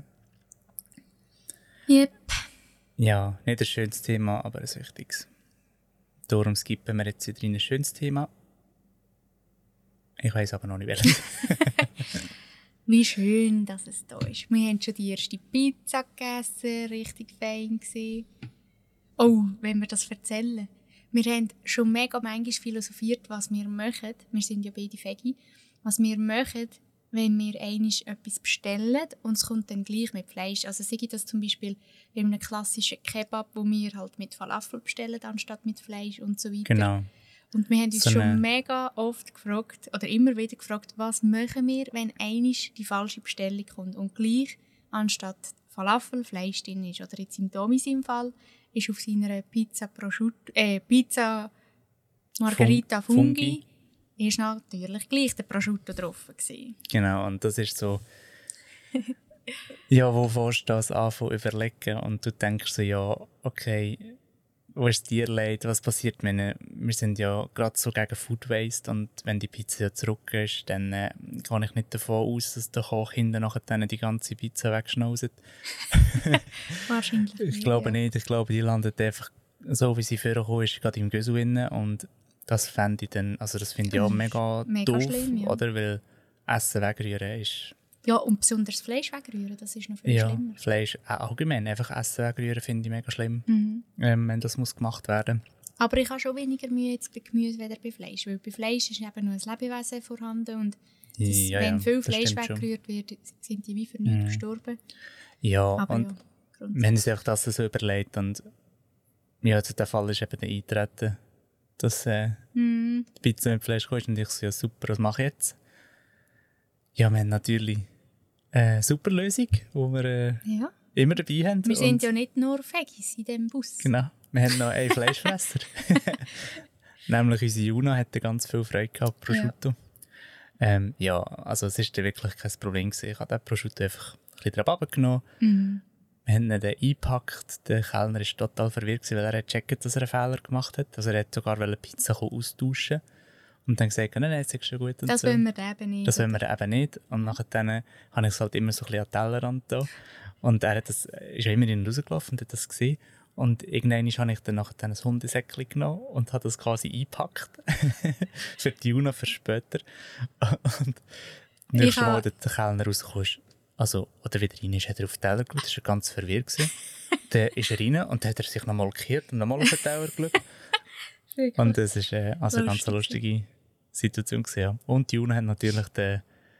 Yep. Ja, nicht ein schönes Thema, aber ein wichtiges. Darum skippen wir jetzt wieder in ein schönes Thema. Ich weiss aber noch nicht welches. Wie schön, dass es da ist. Wir haben schon die erste Pizza gegessen, richtig fein gewesen. Oh, wenn wir das erzählen. Wir haben schon mega manchmal philosophiert, was wir machen. Wir sind ja beide Veggie. Was wir machen, wenn wir einmal etwas bestellen und es kommt dann gleich mit Fleisch. Also sei das zum Beispiel bei einem klassischen Kebab, wo wir halt mit Falafel bestellen, anstatt mit Fleisch und so weiter. Genau. Und wir haben uns So schon mega oft gefragt, oder immer wieder gefragt, was machen wir, wenn einmal die falsche Bestellung kommt und gleich anstatt Falafel Fleisch drin ist. Oder jetzt im Domis im Fall ist auf seiner Pizza Margherita Fungi ist natürlich gleich der Prosciutto drauf gewesen. Genau, und das ist so... Ja, wo fährst du das anfangen zu überlegen und du denkst so, ja, okay, wo ist dir leid, was passiert, wenn wir sind ja gerade so gegen Food Waste und wenn die Pizza ja zurück ist, dann gehe ich nicht davon aus, dass der Koch hinten nachher dann die ganze Pizza wegschnauzt. Wahrscheinlich Ich glaube nicht, ich glaube, die landet einfach so, wie sie vorgekommen ist, gerade im Gösel innen und das fände ich dann, also das finde ich auch mega doof, schlimm, ja. oder, weil Essen wegrühren ist... Ja, und besonders Fleisch wegrühren, das ist noch viel schlimmer. Ja, Fleisch, allgemein, einfach Essen wegrühren finde ich mega schlimm, Mhm. wenn das muss gemacht werden. Aber ich habe schon weniger Mühe jetzt bei Gemüse als bei Fleisch, weil bei Fleisch ist eben noch ein Lebewesen vorhanden und wenn viel das Fleisch stimmt schon. wegerührt wird, sind die wie für nichts gestorben. Ja, Aber und ja, wenn sich das so überlegt und ja, also der Fall ist eben der Eintreten, dass die Pizza mit Fleisch kommt und ich so, ja super, was mache ich jetzt? Ja, wir haben natürlich eine super Lösung, die wir ja. immer dabei haben. Wir sind und, ja nicht nur Veggies in diesem Bus. Genau, wir haben noch einen Fleischfresser. Nämlich unsere Juna hatte ganz viel Freude gehabt, Prosciutto. Ja, also es war wirklich kein Problem gewesen. Ich habe den Prosciutto einfach ein bisschen drauf runtergenommen. Mhm. Wir haben ihn dann eingepackt. Der Kellner war total verwirrt, weil er gecheckt, dass er einen Fehler gemacht hat. Also er wollte sogar eine Pizza austauschen und dann gesagt, nein, das ist schon gut. Und Das so. wollen wir eben nicht. Das wollen wir eben nicht. Und nachher dann habe ich es halt immer so ein bisschen an den Tellerrand da. Und er hat das, ist ja immerhin rausgelaufen und hat das gesehen. Und irgendwann habe ich dann nachher ein Hundesäckchen genommen und habe das quasi eingepackt. Für die Juna, für später. Und das nächste Mal, als der Kellner rausgekommen ist, also, oder wieder rein ist, hat er auf den Teller geschaut, ist er ganz verwirrt gewesen. Dann ist er rein und dann hat er sich nochmal gekehrt und nochmal auf den Teller geschaut. Und das ist also eine ganz lustige Situation gewesen, ja. Und die Juna hat natürlich den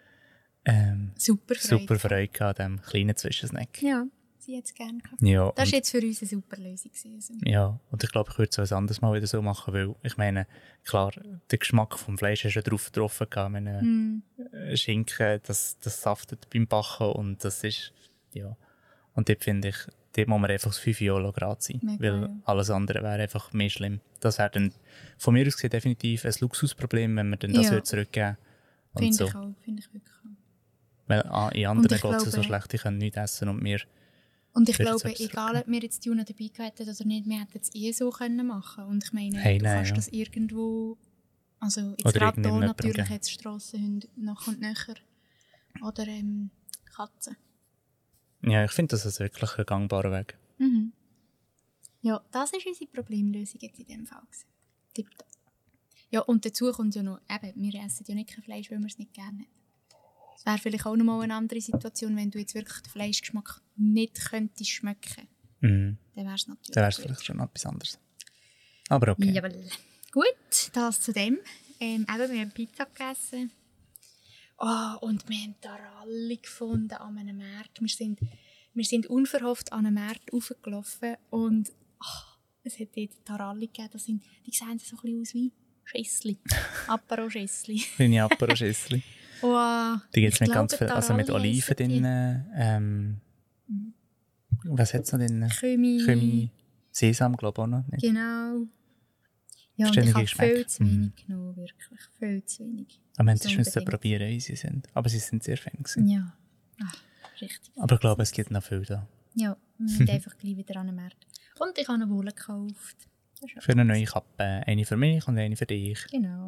super Freude gehabt an diesem kleinen Zwischensnack. Ja, sie hat es gerne gehabt. Ja, das war jetzt für uns eine super Lösung gewesen. Ja, und ich glaube, ich würde es auch ein anderes Mal wieder so machen, weil ich meine, klar, der Geschmack vom Fleisch ist ja drauf getroffen gehabt. Meine Schinken, das saftet beim Backen und das ist, ja. Und dort finde ich, dort muss man einfach das 5 Jahre gerade sein, mega, weil ja. alles andere wäre einfach mehr schlimm. Das wäre dann von mir aus gesehen definitiv ein Luxusproblem, wenn man dann das würde zurückgeben und finde so. ich auch, finde ich wirklich auch. Weil in anderen geht es so glaube, schlecht, die können nichts essen und wir... Und ich glaube, egal ob wir jetzt die Juna dabei gehabt hätten oder nicht, wir hätten es so können machen. Und ich meine, du kannst das irgendwo, also jetzt gerade hier natürlich jetzt Strassenhunde nach und nachher oder Katzen. Ja, ich finde, das ist wirklich ein gangbarer Weg. Mhm. Ja, das war unsere Problemlösung jetzt in diesem Fall. Tipptopp. Ja, und dazu kommt ja noch, eben, wir essen ja nicht kein Fleisch, weil wir es nicht gerne haben. Es wäre vielleicht auch noch mal eine andere Situation, wenn du jetzt wirklich den Fleischgeschmack nicht könntest schmecken. Mhm. Dann wäre es natürlich dann wäre es vielleicht schon etwas anderes. Aber okay. Jawohl. Gut, das zu dem. Eben, wir haben Pizza gegessen. Oh, und wir haben Taralli gefunden an einem Markt. Wir sind unverhofft an einem Markt raufgelaufen und es hat dort Taralli gegeben. Die sehen so ein bisschen aus wie Schissli. Apero-Schissli. Kleine Apero-Schissli. Wow. Die gibt es mit ganz viel, also mit Oliven drin. Was hat es noch drin? Kümi. Sesam, glaube ich auch noch. Nicht? Genau. Ja, und ich habe viel zu wenig genommen, wirklich. Viel zu wenig. Aber man müsste probieren, wie sie sind. Aber sie sind sehr fein gewesen. Ja, richtig. Aber ich glaube, es gibt noch viel da. Ja, wir sind einfach gleich wieder an den Markt. Und ich habe eine Wolle gekauft. Für eine neue Kappe. Eine für mich und eine für dich. Genau.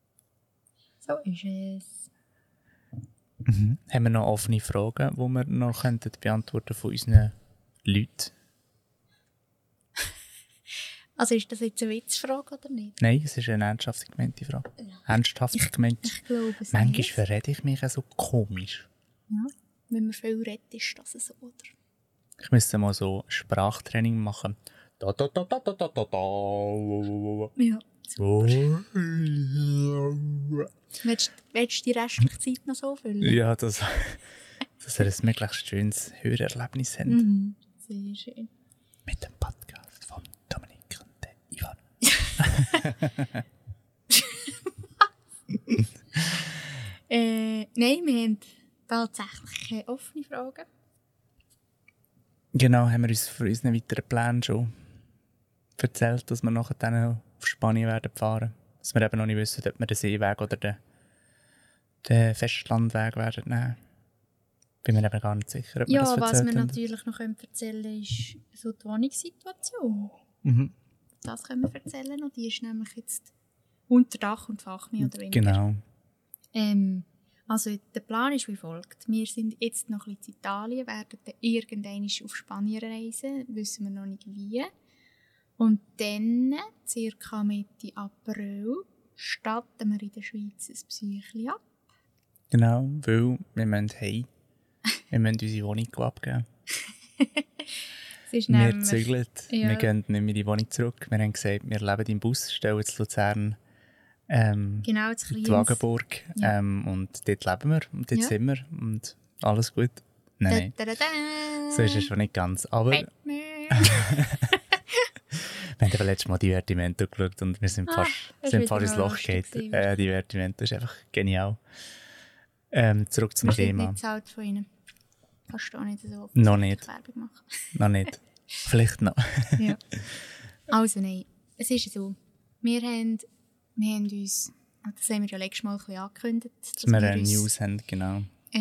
So ist es. Mhm. Haben wir noch offene Fragen, die wir noch beantworten von unseren Leuten? Also ist das jetzt eine Witzfrage oder nicht? Nein, es ist eine ernsthafte gemeinte Frage. Ja. Ernsthaft gemeint. Ich glaube es manchmal nicht. verrede ich mich so komisch. Ja, wenn man viel redet, ist das so, oder? Ich müsste mal so Sprachtraining machen. Da, da, da, da, da, da, da, da. Ja. Oh. Willst du die restliche Zeit noch so füllen? Ja, dass wir ein möglichst schönes Hörerlebnis haben. Mhm. Sehr schön. Mit dem Podcast von Dominik und Ivan. Nein, wir haben tatsächlich keine offene Fragen. Genau, haben wir uns für unseren weiteren Plan schon erzählt, dass wir nachher dann auf Spanien werden fahren. Dass wir eben noch nicht wissen, ob wir den Seeweg oder den Festlandweg werden nehmen. Bin mir eben gar nicht sicher, ob wir das Ja, was erzählt wir haben. natürlich noch erzählen können, ist so die Wohnungssituation. Mhm. Das können wir erzählen und die ist nämlich jetzt unter Dach und Fach mehr oder weniger. Genau. Also der Plan ist wie folgt. Wir sind jetzt noch ein bisschen in Italien, werden dann irgendwann auf Spanien reisen, wissen wir noch nicht wie. Und dann, circa Mitte April, starten wir in der Schweiz ein Psychli ab. Genau, weil wir müssen heim. Wir müssen unsere Wohnung abgeben. Es ist Wir nämlich- zügeln, ja. wir gehen nicht mehr in die Wohnung zurück. Wir haben gesagt, wir leben im Bus, stellen in Luzern Genau, das die Kleines. Wagenburg. Ja. Und dort leben wir und dort Ja. sind wir und alles gut. Nein, Da, da, da, da. so ist es schon nicht ganz. Aber wir Batman. haben eben letztes Mal Divertimento geschaut und wir sind fast, das sind ist fast wieder ins mal Loch lustig gefallen. gewesen. Divertimento ist einfach genial. Zurück zum Wir sind Thema. nicht zahlt von ihnen. Kannst du auch nicht so Noch nicht. Werbung machen. Noch nicht. Vielleicht noch. Ja. Also nein, es ist so. Wir haben uns, das haben wir ja letztes Mal ein bisschen angekündigt, Dass wir eine uns, News haben, genau.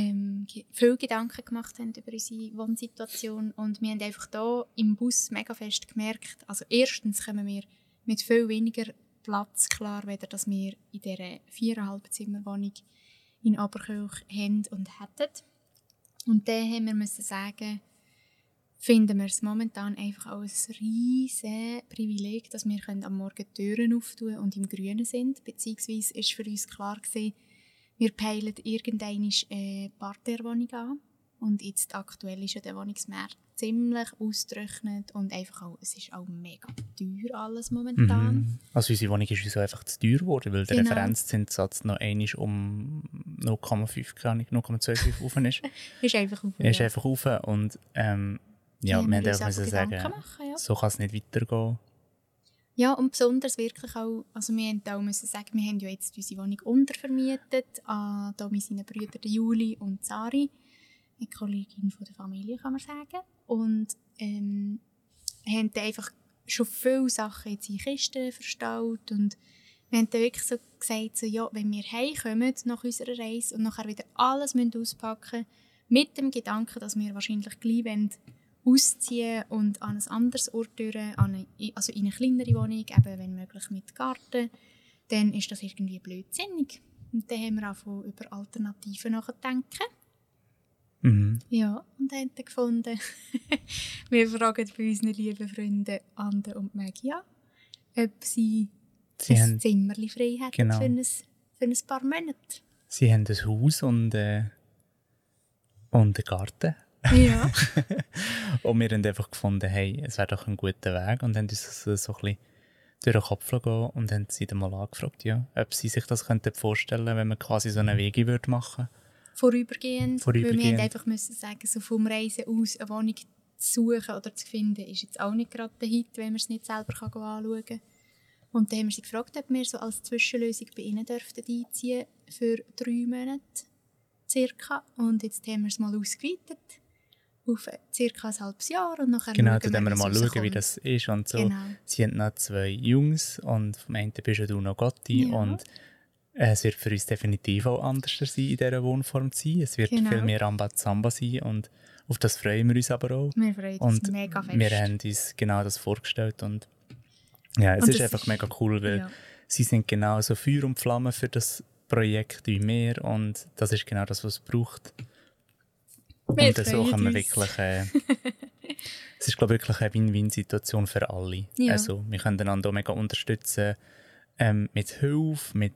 viel Gedanken gemacht haben über unsere Wohnsituation und wir haben einfach hier im Bus mega fest gemerkt, also erstens kommen wir mit viel weniger Platz klar, weder dass wir in dieser 4,5 Zimmerwohnung in Oberkirch haben und hätten. Und dann haben wir müssen sagen, finden wir es momentan einfach auch ein riesiges Privileg, dass wir am Morgen die Türen auftun und im Grünen sind. Beziehungsweise war für uns klar gewesen, wir peilen irgendeine Parterrewohnung an. Und jetzt aktuell ist ja der Wohnungsmarkt ziemlich ausgetrocknet und einfach auch, es ist auch mega teuer alles momentan. Mhm. Also unsere Wohnung ist uns einfach zu teuer geworden, weil der Genau. Referenzzinssatz noch einmal um 0,5, keine Ahnung, 0,25 rauf ist. Ist einfach auf. Er ist einfach rauf und ja, wir haben uns einfach aber müssen sagen, Gedanken machen, ja. so kann es nicht weitergehen. Ja, und besonders wirklich auch, also wir mussten auch müssen sagen, wir haben ja jetzt unsere Wohnung untervermietet an da mit seinen Brüdern Juli und Sari, eine Kollegin von der Familie, kann man sagen. Und haben dann einfach schon viele Sachen jetzt in Kisten verstaut und wir haben dann wirklich so gesagt, so, ja, wenn wir heimkommen nach unserer Reise und nachher wieder alles auspacken müssen, mit dem Gedanken, dass wir wahrscheinlich gleich ausziehen und an ein anderes Ort durch, also in eine kleinere Wohnung, eben wenn möglich mit Garten, dann ist das irgendwie blödsinnig. Und dann haben wir angefangen, über Alternativen nachzudenken. Mhm. Ja, und haben dann gefunden, wir fragen bei unseren lieben Freunden Ande und Magia, ob sie ein haben, Zimmerchen frei hätten genau. für ein paar Monate. Sie haben ein Haus und einen Garten. Ja. Und wir haben einfach gefunden, hey, es wäre doch ein guter Weg und haben uns das so ein bisschen durch den Kopf gehen und haben sie dann mal angefragt, ja, ob sie sich das vorstellen könnten, wenn man quasi so einen Weg machen würde. Vorübergehend. Weil wir haben einfach müssen sagen, so vom Reisen aus eine Wohnung zu suchen oder zu finden, ist jetzt auch nicht gerade der Hit, wenn man es nicht selber anschauen kann. Und dann haben wir sie gefragt, ob wir so als Zwischenlösung bei ihnen dürften einziehen für 3 Monate circa. Und jetzt haben wir es mal ausgeweitet auf circa ein halbes Jahr und nachher genau, schauen dann wir mal schauen, wie rauskommt. das ist und so. Genau. Sie haben noch 2 Jungs und vom einen bist ja du noch Gotti Ja. und es wird für uns definitiv auch anders sein, in dieser Wohnform zu sein. Es wird Genau. viel mehr Rambazamba sein und auf das freuen wir uns aber auch. Wir freuen uns Und mega fest. wir haben uns genau das vorgestellt und ja, es Und ist das einfach ist- mega cool, weil ja. sie sind genauso Feuer und Flamme für das Projekt wie wir und das ist genau das, was es braucht. Wir Und so freuen kann man uns. wirklich es ist, glaube ich, wirklich eine Win-Win-Situation für alle. Ja. Also, wir können einander auch mega unterstützen mit Hilfe, mit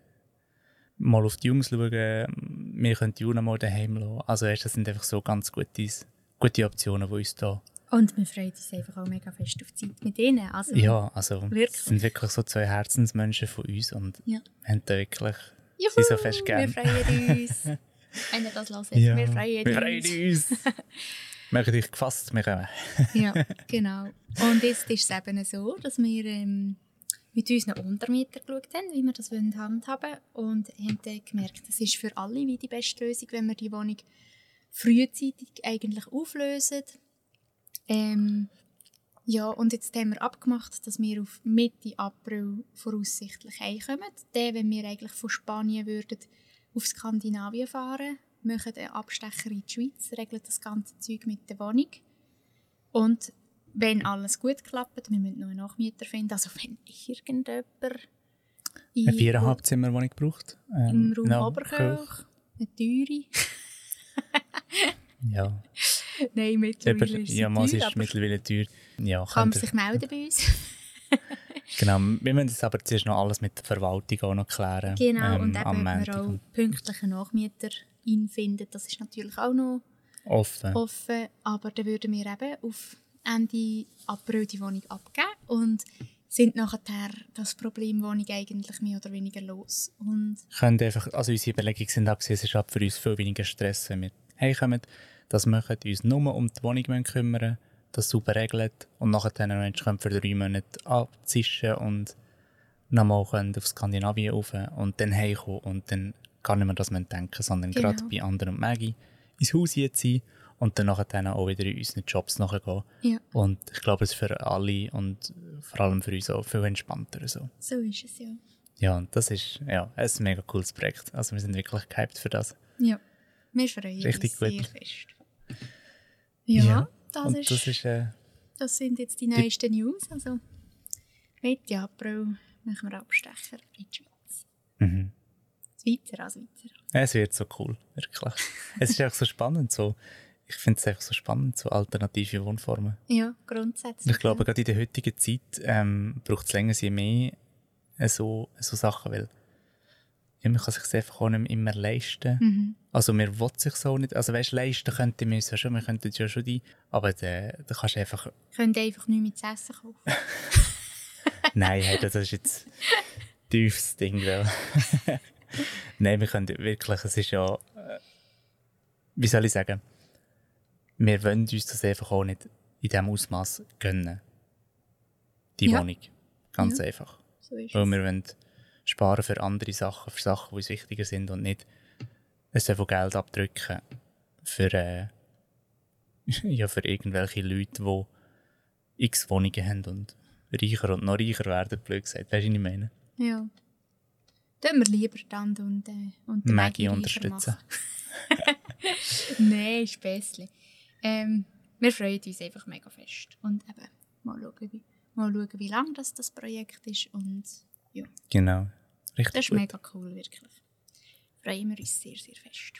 mal auf die Jungs schauen, wir können die Juna mal daheim lassen. Also das sind einfach so ganz gute Optionen, die uns da... Und wir freuen uns einfach auch mega fest auf die Zeit mit ihnen. Also, Ja, also Wirklich? es sind wirklich so 2 Herzensmenschen von uns und Ja. wir haben da wirklich Juhu, sie so fest gern. Wir freuen uns. Wenn ihr das hört, Ja, wir freuen uns. Merkt euch gefasst, wir kommen. Ja, genau. Und jetzt ist es eben so, dass wir mit unseren Untermietern geschaut haben, wie wir das handhaben wollen. Und haben dann gemerkt, es ist für alle wie die beste Lösung, wenn wir die Wohnung frühzeitig eigentlich auflösen. Ja, und jetzt haben wir abgemacht, dass wir auf Mitte April voraussichtlich heimkommen. Dann, wenn wir eigentlich von Spanien würden auf Skandinavien fahren, machen einen Abstecher in die Schweiz, regeln das ganze Zeug mit der Wohnung. Und wenn alles gut klappt, wir müssen noch einen Nachmieter finden, also wenn irgendjemand Eine 4,5 Zimmerwohnung braucht. im Raum Oberkirch, eine teure. Ja. Nein, mittlerweile ist sie ja, teuer, es ist aber mittlerweile teuer. Ja, kann man sich melden bei uns. Genau, wir müssen das aber zuerst noch alles mit der Verwaltung auch noch klären. Genau, und am eben, wenn Montag wir auch pünktlichen Nachmieter finden, das ist natürlich auch noch offen. Aber dann würden wir eben auf Ende April die Wohnung abgeben und sind nachher das Problemwohnung eigentlich mehr oder weniger los. Und Können einfach, also unsere Überlegungen sind auch, es ist halt für uns viel weniger Stress, wenn wir heimkommen. Das machen uns nur um die Wohnung kümmern, das super regeln und nachher können wir für 3 Monate abzischen und nochmal auf Skandinavien rauf und dann heimkommen und dann gar nicht mehr das denken, sondern Genau. gerade bei anderen und Maggie ins Haus jetzt sein und dann nachher auch wieder in unseren Jobs nachgehen. ja, Und ich glaube, es ist für alle und vor allem für uns auch viel entspannter. So. so ist es ja. Ja, und das ist ein mega cooles Projekt. Also wir sind wirklich gehypt für das. Ja, wir freuen Richtig uns gut. sehr fest. Ja, und das ist das sind jetzt die neuesten News. Also Mitte April machen wir Abstecher in die Schweiz. Schweizer als Schweizer. es wird so cool, wirklich. Es ist einfach so spannend. So. Ich finde es einfach so spannend, so alternative Wohnformen. Ja, grundsätzlich. Ich glaube, gerade in der heutigen Zeit braucht es länger je mehr so Sachen, weil ja, man kann sich einfach auch nicht mehr immer leisten. Also man will sich so nicht, also weißt, leisten könnten wir es ja schon, wir könnten ja schon die, aber da kannst du einfach... Könnt ihr einfach nichts mit zu essen kaufen. Nein, hey, das ist jetzt ein tiefes Ding. Weil Nein, wir können wirklich, es ist ja... wie soll ich sagen? Wir wollen uns das einfach auch nicht in diesem Ausmaß gönnen. Die Ja. Wohnung. Ganz einfach. So ist Weil es. wir wollen sparen für andere Sachen, für Sachen, die uns wichtiger sind und nicht so viel Geld abdrücken für, für irgendwelche Leute, die x Wohnungen haben und reicher und noch reicher werden, blöd gesagt. Weißt du, was ich meine? Ja. Tun wir lieber dann und Maggie unterstützen. Nein, Späßli. Wir freuen uns einfach mega fest. Und eben, mal schauen, wie lang das Projekt ist. Und ja, Genau. Richtig das ist gut. mega cool, wirklich. Freuen wir uns sehr, sehr fest.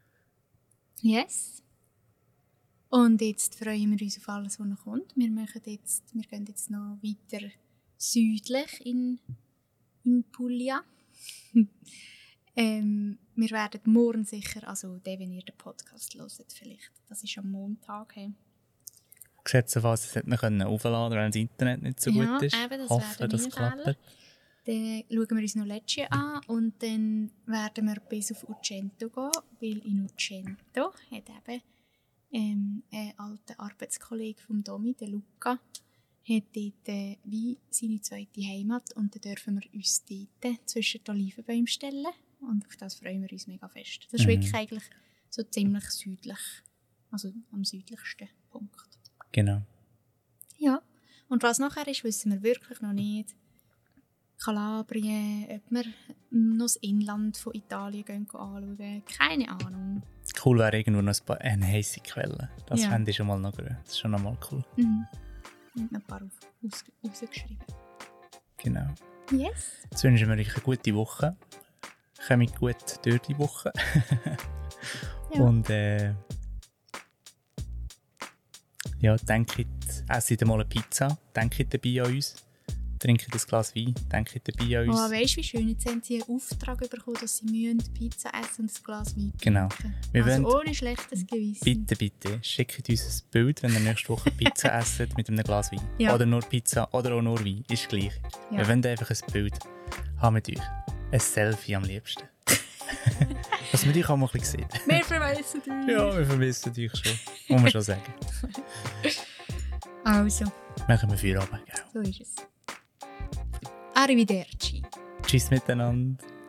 Yes. Und jetzt freuen wir uns auf alles, was noch kommt. Wir gehen jetzt noch weiter südlich in Puglia. Wir werden morgen sicher, also wenn ihr den Podcast hört, vielleicht, das ist am Montag. Hey. Gesetzt was, das hätte man aufladen können, wenn das Internet nicht so Ja, gut ist. eben, das Hoffe, wäre das mein klappt. Fehler. Dann schauen wir uns noch Lecce an und dann werden wir bis auf Ucento gehen, weil in Ucento hat eben ein alter Arbeitskollege von Domi, der Luca, hat dort wie seine zweite Heimat und dann dürfen wir uns dort zwischen die Olivenbäume stellen und auf das freuen wir uns mega fest. Das ist wirklich eigentlich so ziemlich südlich, also am südlichsten Punkt. Genau. Ja, und was nachher ist, wissen wir wirklich noch nicht. Kalabrien, ob wir noch das Inland von Italien gehen anschauen, keine Ahnung. Cool wäre irgendwo noch eine heisse Quelle. Das Ja. fände ich schon mal noch gut. Das ist schon noch mal cool. Und noch ein paar rausgeschrieben. Genau. Yes. Jetzt wünschen wir euch eine gute Woche. Kommt gut durch die Woche. Ja. Und denkt, esst mal eine Pizza, denkt dabei an uns. Trinkt ein Glas Wein, denkt dabei an uns. Oh, weißt du, wie schön? Jetzt haben sie einen Auftrag bekommen, dass sie Pizza essen und ein Glas Wein Genau. trinken. Wir Also wollen- ohne schlechtes Gewissen. Bitte, schickt uns ein Bild, wenn ihr nächste Woche Pizza esst mit einem Glas Wein. Ja. Oder nur Pizza oder auch nur Wein, ist gleich. Ja. Wir wollen einfach ein Bild haben mit euch. Ein Selfie am liebsten. Dass man dich auch mal ein bisschen sieht. Wir verweisen dich. Ja, wir vermissen dich schon. Muss man schon sagen. Also, Machen wir Feierabend, gell? so ist es. Arrivederci. Tschüss miteinander.